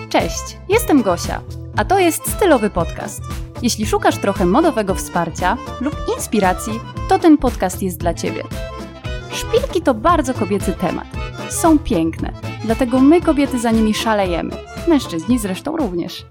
Cześć, jestem Gosia, a to jest Stylowy Podcast. Jeśli szukasz trochę modowego wsparcia lub inspiracji, to ten podcast jest dla Ciebie. Szpilki to bardzo kobiecy temat. Są piękne, dlatego my kobiety za nimi szalejemy. Mężczyźni zresztą również.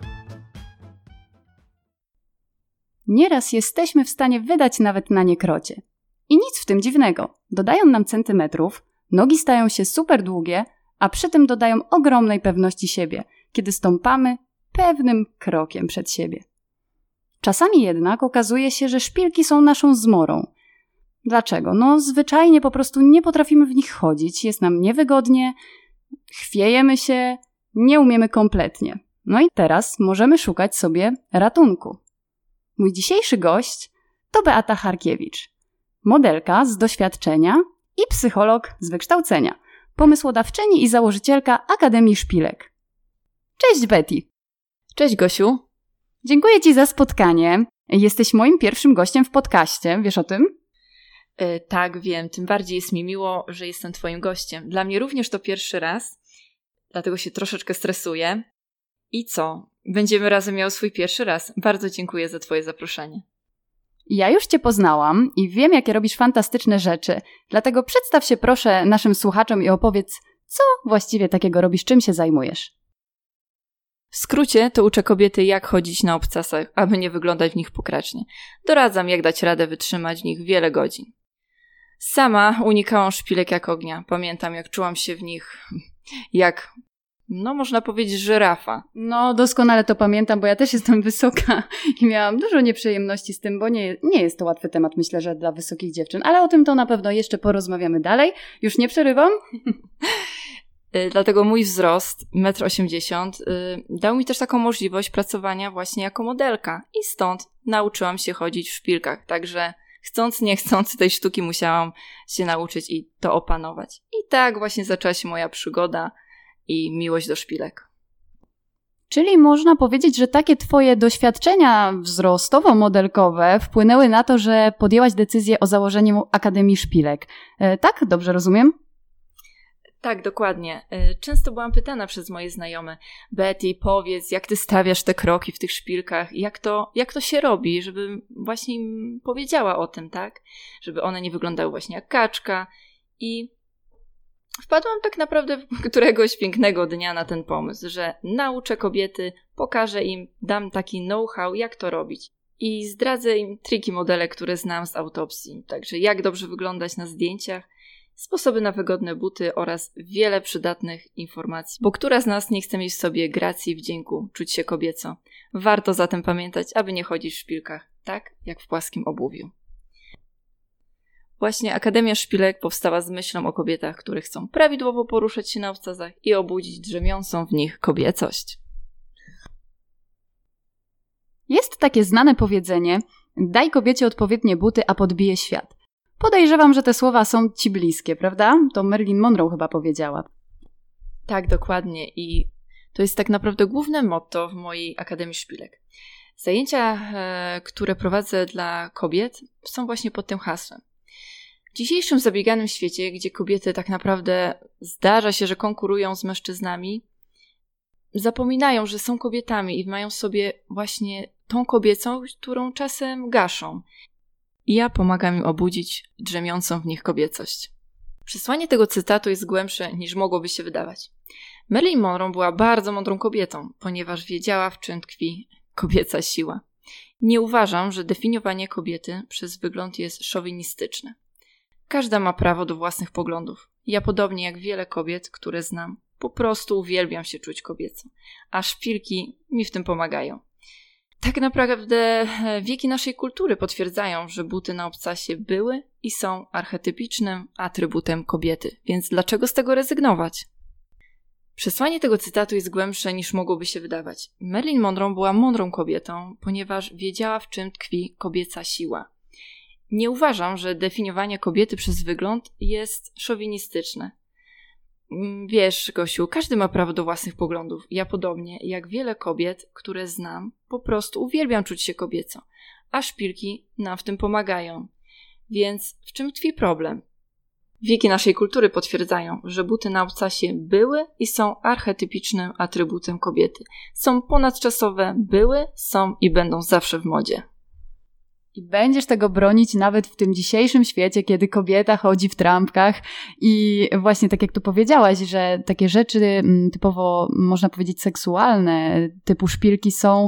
Nieraz jesteśmy w stanie wydać nawet na nie krocie. I nic w tym dziwnego. Dodają nam centymetrów, nogi stają się super długie, a przy tym dodają ogromnej pewności siebie, kiedy stąpamy pewnym krokiem przed siebie. Czasami jednak okazuje się, że szpilki są naszą zmorą. Dlaczego? No zwyczajnie po prostu nie potrafimy w nich chodzić, jest nam niewygodnie, chwiejemy się, nie umiemy kompletnie. No i teraz możemy szukać sobie ratunku. Mój dzisiejszy gość to Beata Harkiewicz, modelka z doświadczenia i psycholog z wykształcenia, pomysłodawczyni i założycielka Akademii Szpilek. Cześć Betty! Cześć Gosiu! Dziękuję Ci za spotkanie. Jesteś moim pierwszym gościem w podcaście, wiesz o tym? Tak, wiem. Tym bardziej jest mi miło, że jestem Twoim gościem. Dla mnie również to pierwszy raz, dlatego się troszeczkę stresuję. I co? Będziemy razem miały swój pierwszy raz. Bardzo dziękuję za Twoje zaproszenie. Ja już Cię poznałam i wiem, jakie robisz fantastyczne rzeczy. Dlatego przedstaw się proszę naszym słuchaczom i opowiedz, co właściwie takiego robisz, czym się zajmujesz. W skrócie to uczę kobiety, jak chodzić na obcasach, aby nie wyglądać w nich pokracznie. Doradzam, jak dać radę wytrzymać w nich wiele godzin. Sama unikałam szpilek jak ognia. Pamiętam, jak czułam się w nich jak, można powiedzieć, żyrafa. No, doskonale to pamiętam, bo ja też jestem wysoka i miałam dużo nieprzyjemności z tym, bo nie jest to łatwy temat, myślę, że dla wysokich dziewczyn. Ale o tym to na pewno jeszcze porozmawiamy dalej. Już nie przerywam. Dlatego mój wzrost, 1,80 m, dał mi też taką możliwość pracowania właśnie jako modelka. I stąd nauczyłam się chodzić w szpilkach. Także chcąc, nie chcąc tej sztuki musiałam się nauczyć i to opanować. I tak właśnie zaczęła się moja przygoda i miłość do szpilek. Czyli można powiedzieć, że takie Twoje doświadczenia wzrostowo-modelkowe wpłynęły na to, że podjęłaś decyzję o założeniu Akademii Szpilek. Tak? Dobrze rozumiem? Tak, dokładnie. Często byłam pytana przez moje znajome: Betty, powiedz, jak ty stawiasz te kroki w tych szpilkach, jak to się robi, żebym właśnie im powiedziała o tym, tak? Żeby one nie wyglądały właśnie jak kaczka. I wpadłam tak naprawdę któregoś pięknego dnia na ten pomysł, że nauczę kobiety, pokażę im, dam taki know-how, jak to robić. I zdradzę im triki modele, które znam z autopsji. Także jak dobrze wyglądać na zdjęciach, sposoby na wygodne buty oraz wiele przydatnych informacji. Bo która z nas nie chce mieć w sobie gracji i wdzięku, czuć się kobieco? Warto zatem pamiętać, aby nie chodzić w szpilkach, tak jak w płaskim obuwiu. Właśnie Akademia Szpilek powstała z myślą o kobietach, które chcą prawidłowo poruszać się na obcasach i obudzić drzemiącą w nich kobiecość. Jest takie znane powiedzenie: daj kobiecie odpowiednie buty, a podbije świat. Podejrzewam, że te słowa są Ci bliskie, prawda? To Marilyn Monroe chyba powiedziała. Tak, dokładnie. I to jest tak naprawdę główne motto w mojej Akademii Szpilek. Zajęcia, które prowadzę dla kobiet, są właśnie pod tym hasłem. W dzisiejszym zabieganym świecie, gdzie kobiety tak naprawdę zdarza się, że konkurują z mężczyznami, zapominają, że są kobietami i mają w sobie właśnie tą kobiecość, którą czasem gaszą. I ja pomagam im obudzić drzemiącą w nich kobiecość. Przesłanie tego cytatu jest głębsze niż mogłoby się wydawać. Marilyn Monroe była bardzo mądrą kobietą, ponieważ wiedziała, w czym tkwi kobieca siła. Nie uważam, że definiowanie kobiety przez wygląd jest szowinistyczne. Każda ma prawo do własnych poglądów. Ja, podobnie jak wiele kobiet, które znam, po prostu uwielbiam się czuć kobieco, a szpilki mi w tym pomagają. Tak naprawdę wieki naszej kultury potwierdzają, że buty na obcasie były i są archetypicznym atrybutem kobiety, więc dlaczego z tego rezygnować? Przesłanie tego cytatu jest głębsze niż mogłoby się wydawać. Marilyn Monroe była mądrą kobietą, ponieważ wiedziała, w czym tkwi kobieca siła. Nie uważam, że definiowanie kobiety przez wygląd jest szowinistyczne. Wiesz, Gosiu, każdy ma prawo do własnych poglądów. Ja, podobnie jak wiele kobiet, które znam, po prostu uwielbiam czuć się kobieco, a szpilki nam w tym pomagają. Więc w czym tkwi problem? Wieki naszej kultury potwierdzają, że buty na obcasie były i są archetypicznym atrybutem kobiety. Są ponadczasowe, były, są i będą zawsze w modzie. I będziesz tego bronić nawet w tym dzisiejszym świecie, kiedy kobieta chodzi w trampkach i właśnie tak jak tu powiedziałaś, że takie rzeczy typowo, można powiedzieć, seksualne, typu szpilki są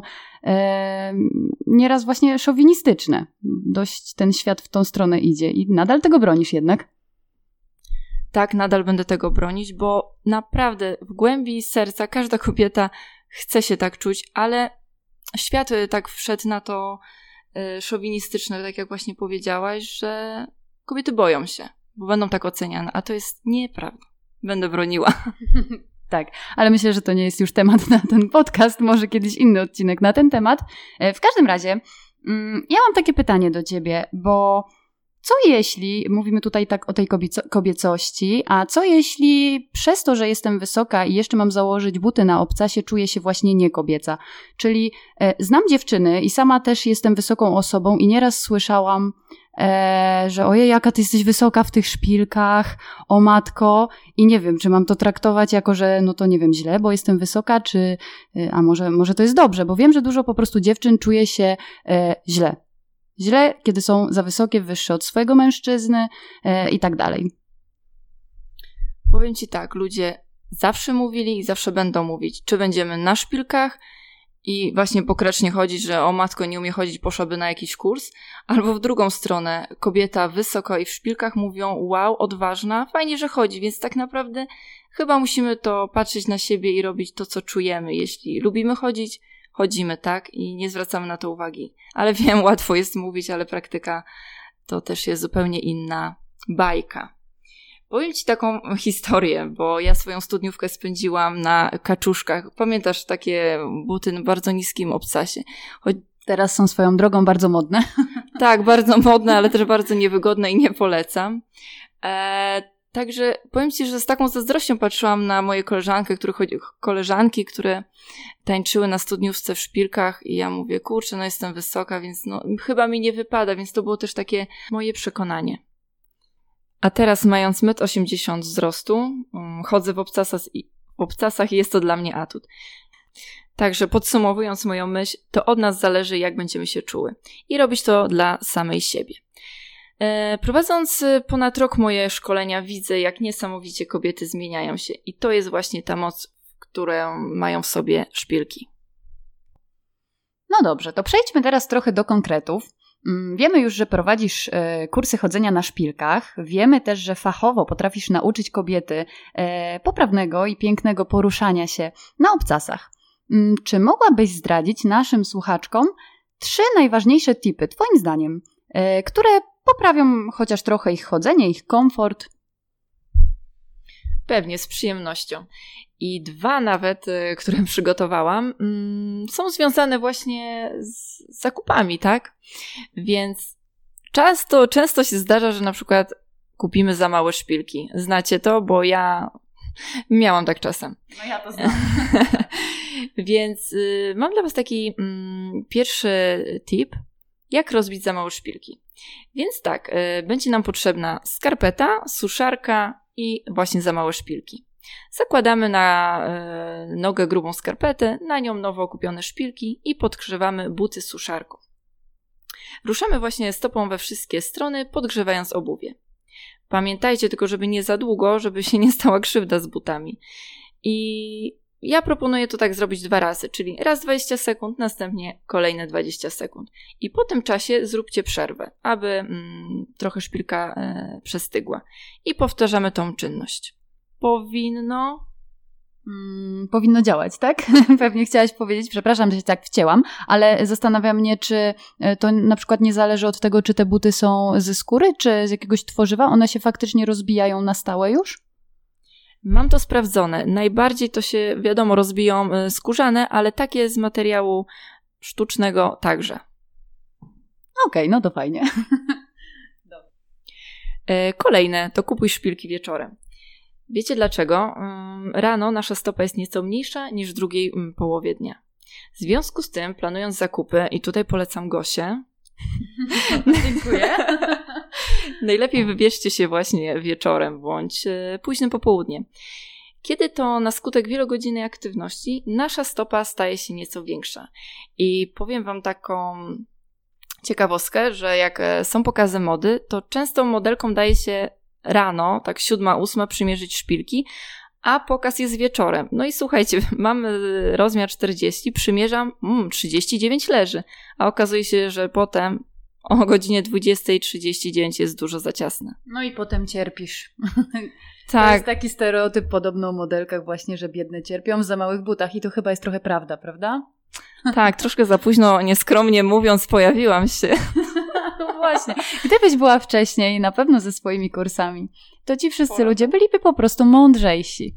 nieraz właśnie szowinistyczne. Dość ten świat w tą stronę idzie i nadal tego bronisz jednak? Tak, nadal będę tego bronić, bo naprawdę w głębi serca każda kobieta chce się tak czuć, ale świat tak wszedł na to szowinistyczne, tak jak właśnie powiedziałaś, że kobiety boją się, bo będą tak oceniane, a to jest nieprawda. Będę broniła. Tak, ale myślę, że to nie jest już temat na ten podcast, może kiedyś inny odcinek na ten temat. W każdym razie ja mam takie pytanie do ciebie, bo co jeśli, mówimy tutaj tak o tej kobiecości, a co jeśli przez to, że jestem wysoka i jeszcze mam założyć buty na obcasie, czuję się właśnie niekobieca? Czyli znam dziewczyny i sama też jestem wysoką osobą i nieraz słyszałam, że ojej, jaka ty jesteś wysoka w tych szpilkach, o matko, i nie wiem, czy mam to traktować jako, że no to nie wiem, źle, bo jestem wysoka, czy a może to jest dobrze, bo wiem, że dużo po prostu dziewczyn czuje się źle. Źle, kiedy są za wysokie, wyższe od swojego mężczyzny i tak dalej. Powiem ci tak, ludzie zawsze mówili i zawsze będą mówić, czy będziemy na szpilkach i właśnie pokracznie chodzić, że o matko, nie umie chodzić, poszłaby na jakiś kurs, albo w drugą stronę, kobieta wysoko i w szpilkach mówią, wow, odważna, fajnie, że chodzi, więc tak naprawdę chyba musimy to patrzeć na siebie i robić to, co czujemy. Jeśli lubimy chodzić, chodzimy, tak? I nie zwracamy na to uwagi. Ale wiem, łatwo jest mówić, ale praktyka to też jest zupełnie inna bajka. Powiem ci taką historię, bo ja swoją studniówkę spędziłam na kaczuszkach. Pamiętasz takie buty na bardzo niskim obcasie? Teraz są swoją drogą bardzo modne. Tak, bardzo modne, ale też bardzo niewygodne i nie polecam. Także powiem ci, że z taką zazdrością patrzyłam na moje koleżanki, które tańczyły na studniówce w szpilkach i ja mówię, kurczę, no jestem wysoka, więc no chyba mi nie wypada, więc to było też takie moje przekonanie. A teraz mając 1,80 m wzrostu, chodzę w obcasach i jest to dla mnie atut. Także podsumowując moją myśl, to od nas zależy, jak będziemy się czuły i robić to dla samej siebie. Prowadząc ponad rok moje szkolenia, widzę, jak niesamowicie kobiety zmieniają się i to jest właśnie ta moc, którą mają w sobie szpilki. No dobrze, to przejdźmy teraz trochę do konkretów. Wiemy już, że prowadzisz kursy chodzenia na szpilkach. Wiemy też, że fachowo potrafisz nauczyć kobiety poprawnego i pięknego poruszania się na obcasach. Czy mogłabyś zdradzić naszym słuchaczkom 3 najważniejsze tipy, twoim zdaniem, które poprawią chociaż trochę ich chodzenie, ich komfort? Pewnie, z przyjemnością. I 2 nawet, które przygotowałam, są związane właśnie z zakupami, tak? Więc często się zdarza, że na przykład kupimy za małe szpilki. Znacie to? Bo ja miałam tak czasem. No ja to znam. Więc mam dla was taki pierwszy tip, jak rozbić za małe szpilki. Więc tak, będzie nam potrzebna skarpeta, suszarka i właśnie za małe szpilki. Zakładamy na nogę grubą skarpetę, na nią nowo kupione szpilki i podgrzewamy buty z suszarką. Ruszamy właśnie stopą we wszystkie strony, podgrzewając obuwie. Pamiętajcie tylko, żeby nie za długo, żeby się nie stała krzywda z butami. I ja proponuję to tak zrobić 2 razy, czyli raz 20 sekund, następnie kolejne 20 sekund. I po tym czasie zróbcie przerwę, aby trochę szpilka przestygła. I powtarzamy tą czynność. Powinno działać, tak? Pewnie chciałaś powiedzieć, przepraszam, że się tak wcięłam, ale zastanawia mnie, czy to na przykład nie zależy od tego, czy te buty są ze skóry, czy z jakiegoś tworzywa, one się faktycznie rozbijają na stałe już? Mam to sprawdzone. Najbardziej to się, wiadomo, rozbiją skórzane, ale takie z materiału sztucznego także. Okej, no to fajnie. Kolejne to kupuj szpilki wieczorem. Wiecie dlaczego? Rano nasza stopa jest nieco mniejsza niż w drugiej połowie dnia. W związku z tym, planując zakupy, i tutaj polecam Gosię. Dziękuję. Najlepiej wybierzcie się właśnie wieczorem bądź późnym popołudniem. Kiedy to na skutek wielogodzinnej aktywności nasza stopa staje się nieco większa. I powiem Wam taką ciekawostkę, że jak są pokazy mody, to często modelkom daje się rano, tak 7-8 przymierzyć szpilki, a pokaz jest wieczorem. No i słuchajcie, mamy rozmiar 40, przymierzam, 39 leży, a okazuje się, że potem o godzinie 20:39 jest dużo za ciasne. No i potem cierpisz. Tak. To jest taki stereotyp podobno o modelkach właśnie, że biedne cierpią w za małych butach i to chyba jest trochę prawda? Tak, troszkę za późno, nieskromnie mówiąc, pojawiłam się. No właśnie. Gdybyś była wcześniej, na pewno ze swoimi kursami, to ci wszyscy ludzie byliby po prostu mądrzejsi.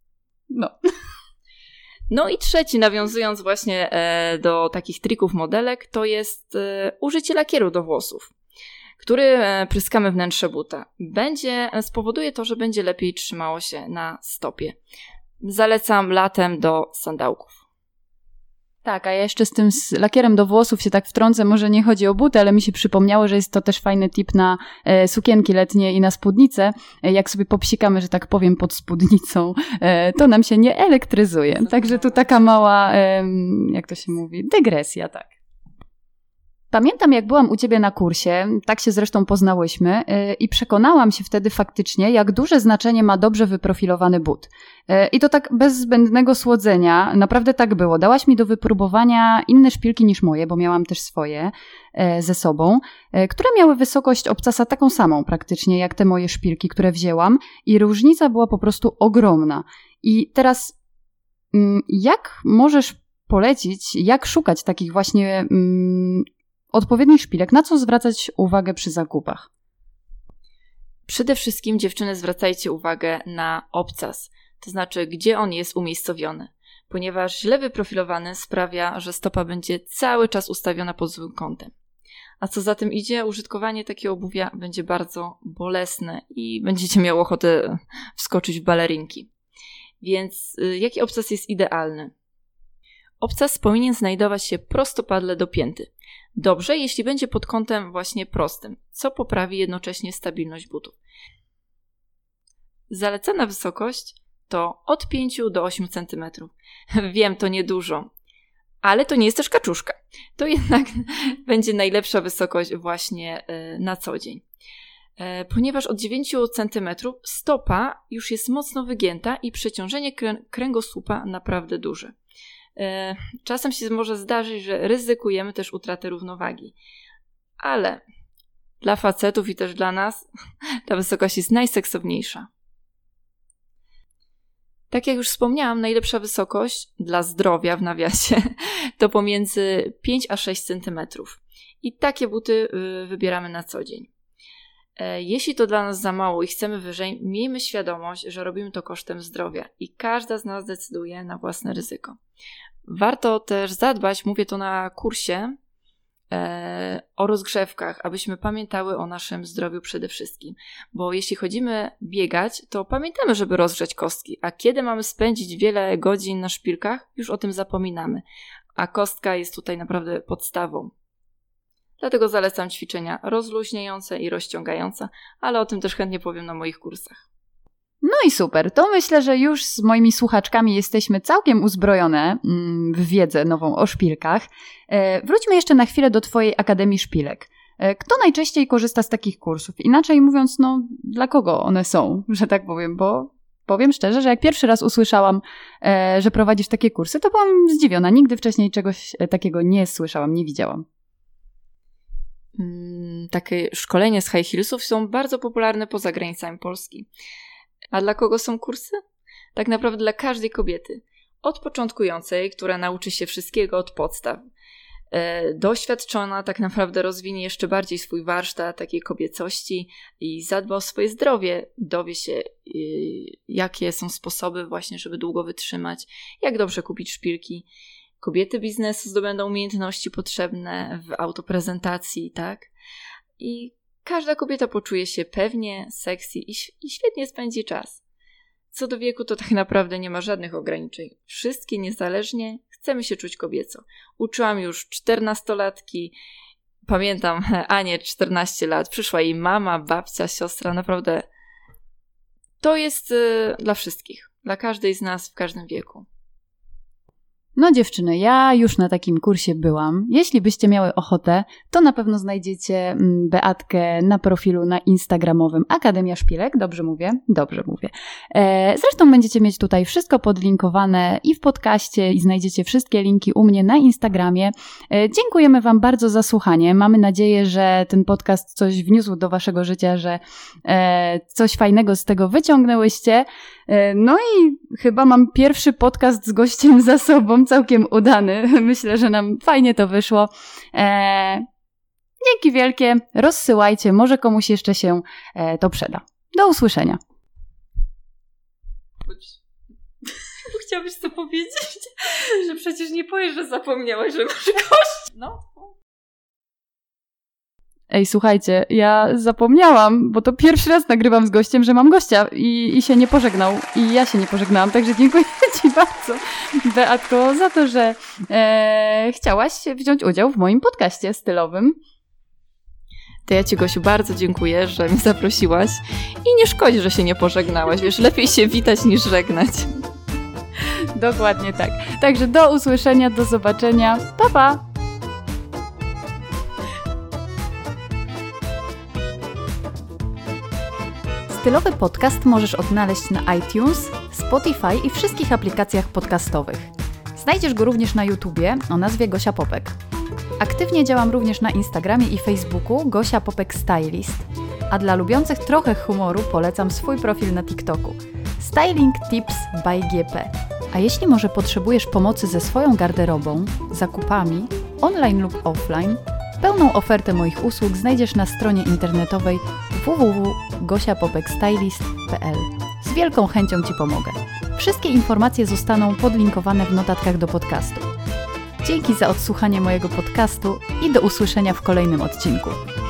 No i trzeci, nawiązując właśnie do takich trików modelek, to jest użycie lakieru do włosów, który pryskamy wnętrze buta. Spowoduje to, że będzie lepiej trzymało się na stopie. Zalecam latem do sandałków. Tak, a ja jeszcze z tym lakierem do włosów się tak wtrącę, może nie chodzi o buty, ale mi się przypomniało, że jest to też fajny tip na sukienki letnie i na spódnice. Jak sobie popsikamy, że tak powiem, pod spódnicą, to nam się nie elektryzuje. Także tu taka mała, jak to się mówi, dygresja, tak. Pamiętam, jak byłam u ciebie na kursie, tak się zresztą poznałyśmy i przekonałam się wtedy faktycznie, jak duże znaczenie ma dobrze wyprofilowany but. I to tak bez zbędnego słodzenia, naprawdę tak było. Dałaś mi do wypróbowania inne szpilki niż moje, bo miałam też swoje ze sobą, które miały wysokość obcasa taką samą praktycznie jak te moje szpilki, które wzięłam i różnica była po prostu ogromna. I teraz jak możesz polecić, jak szukać takich właśnie odpowiednich szpilek, na co zwracać uwagę przy zakupach? Przede wszystkim, dziewczyny, zwracajcie uwagę na obcas, to znaczy gdzie on jest umiejscowiony, ponieważ źle wyprofilowany sprawia, że stopa będzie cały czas ustawiona pod złym kątem. A co za tym idzie, użytkowanie takiego obuwia będzie bardzo bolesne i będziecie miały ochotę wskoczyć w balerinki. Więc jaki obcas jest idealny? Obcas powinien znajdować się prostopadle do pięty. Dobrze, jeśli będzie pod kątem właśnie prostym, co poprawi jednocześnie stabilność butów. Zalecana wysokość to od 5 do 8 cm. Wiem, to niedużo, ale to nie jest też kaczuszka. To jednak będzie najlepsza wysokość właśnie na co dzień. Ponieważ od 9 cm stopa już jest mocno wygięta i przeciążenie kręgosłupa naprawdę duże. Czasem się może zdarzyć, że ryzykujemy też utratę równowagi. Ale dla facetów i też dla nas ta wysokość jest najseksowniejsza. Tak jak już wspomniałam, najlepsza wysokość dla zdrowia w nawiasie to pomiędzy 5 a 6 cm. I takie buty wybieramy na co dzień. Jeśli to dla nas za mało i chcemy wyżej, miejmy świadomość, że robimy to kosztem zdrowia i każda z nas decyduje na własne ryzyko. Warto też zadbać, mówię to na kursie, o rozgrzewkach, abyśmy pamiętały o naszym zdrowiu przede wszystkim. Bo jeśli chodzimy biegać, to pamiętamy, żeby rozgrzać kostki, a kiedy mamy spędzić wiele godzin na szpilkach, już o tym zapominamy. A kostka jest tutaj naprawdę podstawą. Dlatego zalecam ćwiczenia rozluźniające i rozciągające, ale o tym też chętnie powiem na moich kursach. No i super, to myślę, że już z moimi słuchaczkami jesteśmy całkiem uzbrojone w wiedzę nową o szpilkach. Wróćmy jeszcze na chwilę do Twojej Akademii Szpilek. Kto najczęściej korzysta z takich kursów? Inaczej mówiąc, dla kogo one są, że tak powiem, bo powiem szczerze, że jak pierwszy raz usłyszałam, że prowadzisz takie kursy, to byłam zdziwiona. Nigdy wcześniej czegoś takiego nie słyszałam, nie widziałam. Takie szkolenia z high heelsów są bardzo popularne poza granicami Polski. A dla kogo są kursy? Tak naprawdę dla każdej kobiety. Od początkującej, która nauczy się wszystkiego od podstaw. Doświadczona tak naprawdę rozwinie jeszcze bardziej swój warsztat takiej kobiecości i zadba o swoje zdrowie. Dowie się, jakie są sposoby właśnie, żeby długo wytrzymać, jak dobrze kupić szpilki. Kobiety biznesu zdobędą umiejętności potrzebne w autoprezentacji, tak? I każda kobieta poczuje się pewnie, sexy i świetnie spędzi czas. Co do wieku, to tak naprawdę nie ma żadnych ograniczeń. Wszystkie niezależnie chcemy się czuć kobieco. Uczyłam już 14-latki Pamiętam Anię, 14 lat, przyszła jej mama, babcia, siostra, naprawdę to jest dla wszystkich, dla każdej z nas w każdym wieku. No dziewczyny, ja już na takim kursie byłam. Jeśli byście miały ochotę, to na pewno znajdziecie Beatkę na profilu na instagramowym Akademia Szpilek. Dobrze mówię? Dobrze mówię. Zresztą będziecie mieć tutaj wszystko podlinkowane i w podcaście i znajdziecie wszystkie linki u mnie na Instagramie. Dziękujemy Wam bardzo za słuchanie. Mamy nadzieję, że ten podcast coś wniósł do Waszego życia, że coś fajnego z tego wyciągnęłyście. No i chyba mam pierwszy podcast z gościem za sobą, całkiem udany. Myślę, że nam fajnie to wyszło. Dzięki wielkie, rozsyłajcie, może komuś jeszcze się to przyda. Do usłyszenia. Bo chciałabyś to powiedzieć, że przecież nie powiesz, że zapomniałaś, że masz gość. No. Ej, słuchajcie, ja zapomniałam, bo to pierwszy raz nagrywam z gościem, że mam gościa i się nie pożegnał. I ja się nie pożegnałam, także dziękuję Ci bardzo, Beatko, za to, że chciałaś wziąć udział w moim podcaście stylowym. To ja Ci, Gosiu, bardzo dziękuję, że mnie zaprosiłaś i nie szkodzi, że się nie pożegnałaś. Wiesz, lepiej się witać niż żegnać. Dokładnie tak. Także do usłyszenia, do zobaczenia. Pa, pa! Stylowy podcast możesz odnaleźć na iTunes, Spotify i wszystkich aplikacjach podcastowych. Znajdziesz go również na YouTubie o nazwie Gosia Popek. Aktywnie działam również na Instagramie i Facebooku Gosia Popek Stylist, a dla lubiących trochę humoru polecam swój profil na TikToku Styling Tips by GP. A jeśli może potrzebujesz pomocy ze swoją garderobą, zakupami, online lub offline, pełną ofertę moich usług znajdziesz na stronie internetowej www.gosiapopekstylist.pl. Z wielką chęcią Ci pomogę. Wszystkie informacje zostaną podlinkowane w notatkach do podcastu. Dzięki za odsłuchanie mojego podcastu i do usłyszenia w kolejnym odcinku.